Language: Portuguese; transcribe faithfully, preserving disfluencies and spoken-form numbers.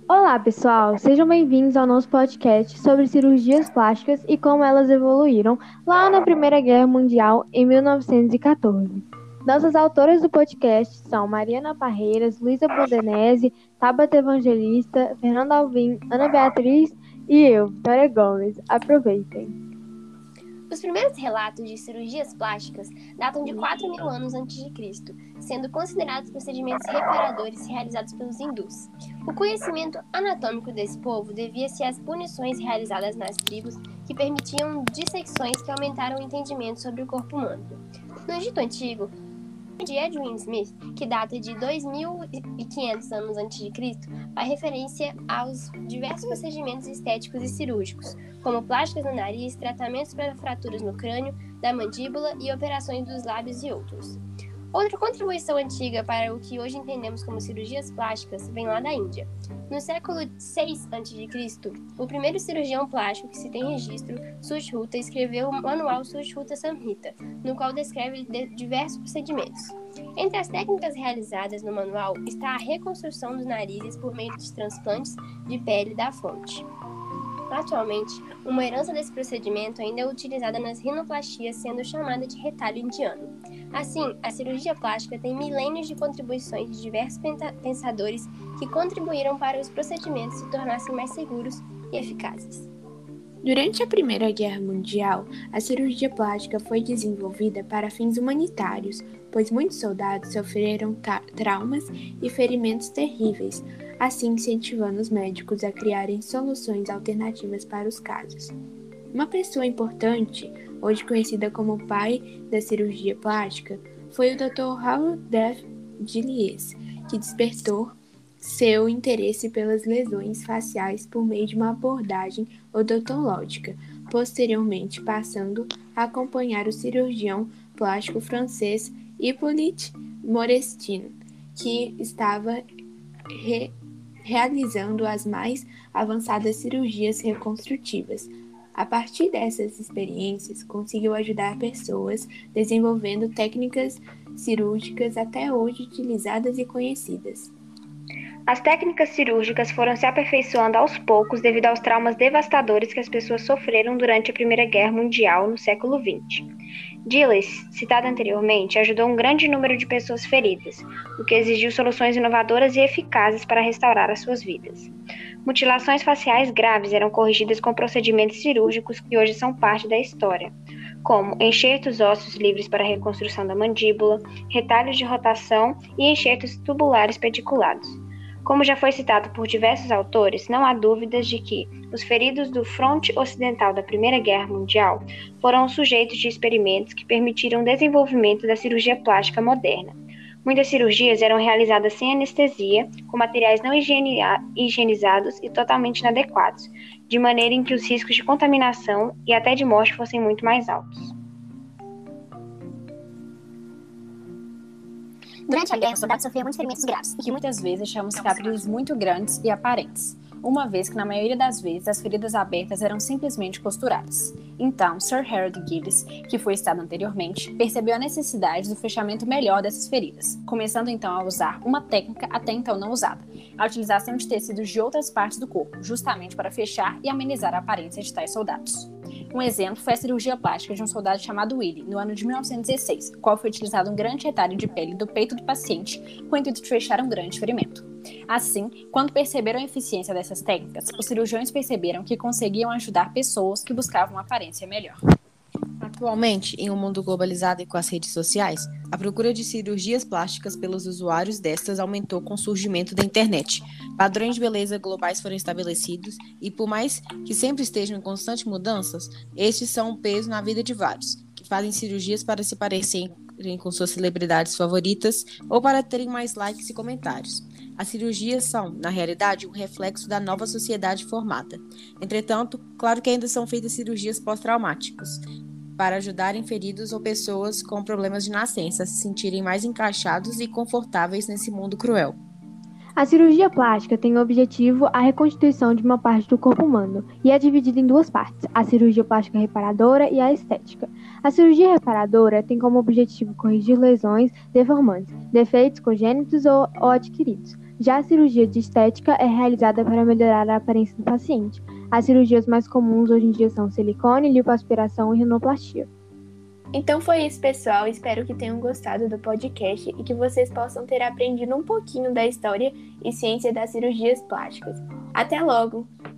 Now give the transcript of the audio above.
Olá, pessoal! Sejam bem-vindos ao nosso podcast sobre cirurgias plásticas e como elas evoluíram lá na Primeira Guerra Mundial em mil novecentos e quatorze. Nossas autoras do podcast são Mariana Parreiras, Luísa Bodenese, Tabata Evangelista, Fernanda Alvim, Ana Beatriz e eu, Vitória Gomes. Aproveitem! Os primeiros relatos de cirurgias plásticas datam de quatro mil anos antes de Cristo, sendo considerados procedimentos reparadores realizados pelos hindus. O conhecimento anatômico desse povo devia-se às punições realizadas nas tribos que permitiam dissecções que aumentaram o entendimento sobre o corpo humano. No Egito Antigo, de Edwin Smith, que data de dois mil e quinhentos anos antes de Cristo, faz referência aos diversos procedimentos estéticos e cirúrgicos, como plásticas no nariz, tratamentos para fraturas no crânio, da mandíbula e operações dos lábios e outros. Outra contribuição antiga para o que hoje entendemos como cirurgias plásticas vem lá da Índia. No século seis antes de Cristo, o primeiro cirurgião plástico que se tem registro, Sushruta, escreveu o manual Sushruta Samhita, no qual descreve diversos procedimentos. Entre as técnicas realizadas no manual está a reconstrução dos narizes por meio de transplantes de pele da fonte. Atualmente, uma herança desse procedimento ainda é utilizada nas rinoplastias, sendo chamada de retalho indiano. Assim, a cirurgia plástica tem milênios de contribuições de diversos pensadores que contribuíram para os procedimentos se tornassem mais seguros e eficazes. Durante a Primeira Guerra Mundial, a cirurgia plástica foi desenvolvida para fins humanitários, pois muitos soldados sofreram ta- traumas e ferimentos terríveis, assim incentivando os médicos a criarem soluções alternativas para os casos. Uma pessoa importante, hoje conhecida como o pai da cirurgia plástica, foi o doutor Raoul de Gillies, que despertou seu interesse pelas lesões faciais por meio de uma abordagem odontológica, posteriormente passando a acompanhar o cirurgião plástico francês Hippolyte Modestine, que estava re- realizando as mais avançadas cirurgias reconstrutivas. A partir dessas experiências, conseguiu ajudar pessoas desenvolvendo técnicas cirúrgicas até hoje utilizadas e conhecidas. As técnicas cirúrgicas foram se aperfeiçoando aos poucos devido aos traumas devastadores que as pessoas sofreram durante a Primeira Guerra Mundial no século vinte. Gillies, citado anteriormente, ajudou um grande número de pessoas feridas, o que exigiu soluções inovadoras e eficazes para restaurar as suas vidas. Mutilações faciais graves eram corrigidas com procedimentos cirúrgicos que hoje são parte da história, como enxertos ósseos livres para a reconstrução da mandíbula, retalhos de rotação e enxertos tubulares pediculados. Como já foi citado por diversos autores, não há dúvidas de que os feridos do fronte ocidental da Primeira Guerra Mundial foram sujeitos de experimentos que permitiram o desenvolvimento da cirurgia plástica moderna. Muitas cirurgias eram realizadas sem anestesia, com materiais não higienizados e totalmente inadequados, de maneira em que os riscos de contaminação e até de morte fossem muito mais altos. Durante a guerra, os soldados sofriam muitos ferimentos graves, e que muitas vezes deixavam cicatrizes muito grandes e aparentes, uma vez que na maioria das vezes as feridas abertas eram simplesmente costuradas. Então, Sir Harold Gillies, que foi citado anteriormente, percebeu a necessidade do fechamento melhor dessas feridas, começando então a usar uma técnica até então não usada, a utilização de tecidos de outras partes do corpo, justamente para fechar e amenizar a aparência de tais soldados. Um exemplo foi a cirurgia plástica de um soldado chamado Willie, no ano de mil novecentos e dezesseis, no qual foi utilizado um grande retalho de pele do peito do paciente com o intuito de fechar um grande ferimento. Assim, quando perceberam a eficiência dessas técnicas, os cirurgiões perceberam que conseguiam ajudar pessoas que buscavam uma aparência melhor. Atualmente, em um mundo globalizado e com as redes sociais, a procura de cirurgias plásticas pelos usuários destas aumentou com o surgimento da internet. Padrões de beleza globais foram estabelecidos e, por mais que sempre estejam em constantes mudanças, estes são um peso na vida de vários, que fazem cirurgias para se parecerem com suas celebridades favoritas ou para terem mais likes e comentários. As cirurgias são, na realidade, um reflexo da nova sociedade formada. Entretanto, claro que ainda são feitas cirurgias pós-traumáticas, para ajudarem feridos ou pessoas com problemas de nascença a se sentirem mais encaixados e confortáveis nesse mundo cruel. A cirurgia plástica tem o objetivo a reconstituição de uma parte do corpo humano e é dividida em duas partes, a cirurgia plástica reparadora e a estética. A cirurgia reparadora tem como objetivo corrigir lesões deformantes, defeitos congênitos ou, ou adquiridos, Já a cirurgia de estética é realizada para melhorar a aparência do paciente. As cirurgias mais comuns hoje em dia são silicone, lipoaspiração e rinoplastia. Então foi isso, pessoal. Espero que tenham gostado do podcast e que vocês possam ter aprendido um pouquinho da história e ciência das cirurgias plásticas. Até logo!